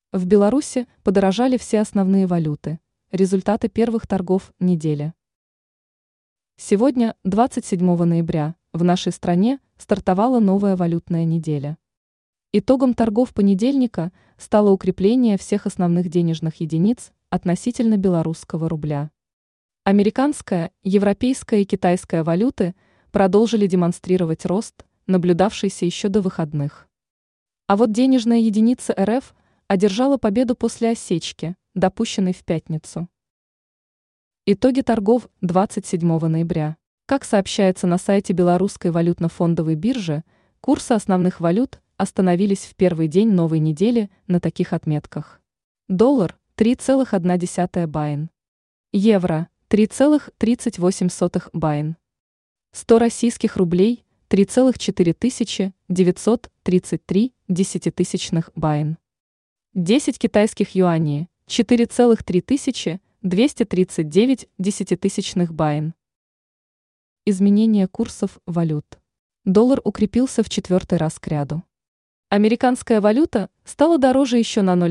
В Беларуси подорожали все основные валюты. Результаты первых торгов недели. Сегодня, 27 ноября, в нашей стране стартовала новая валютная неделя. Итогом торгов понедельника стало укрепление всех основных денежных единиц относительно белорусского рубля. Американская, европейская и китайская валюты продолжили демонстрировать рост, наблюдавшийся еще до выходных. А вот денежная единица РФ одержала победу после осечки, допущенной в пятницу. Итоги торгов 27 ноября. Как сообщается на сайте Белорусской валютно-фондовой биржи, курсы основных валют остановились в первый день новой недели на таких отметках. Доллар – 3,1 байн. Евро – 3,38 байн. 100 российских рублей – 3,4 933 десятитысячных байн. 10 китайских юаней – 4,3 239 десятитысячных байн. Изменение курсов валют. Доллар укрепился в четвертый раз кряду. Американская валюта стала дороже еще на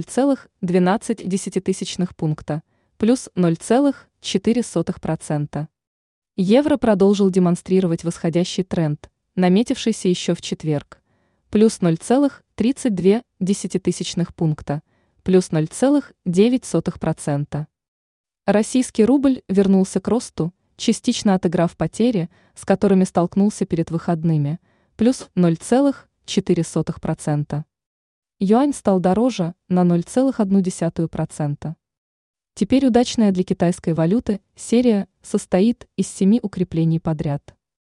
0,12 пункта, плюс 0,4%. Евро продолжил демонстрировать восходящий тренд, наметившийся еще в четверг, плюс 0,32 пункта, плюс 0,9%. Российский рубль вернулся к росту, частично отыграв потери, с которыми столкнулся перед выходными, плюс 0,4%. Юань стал дороже на 0,1%. Теперь удачная для китайской валюты серия состоит из 7 укреплений подряд.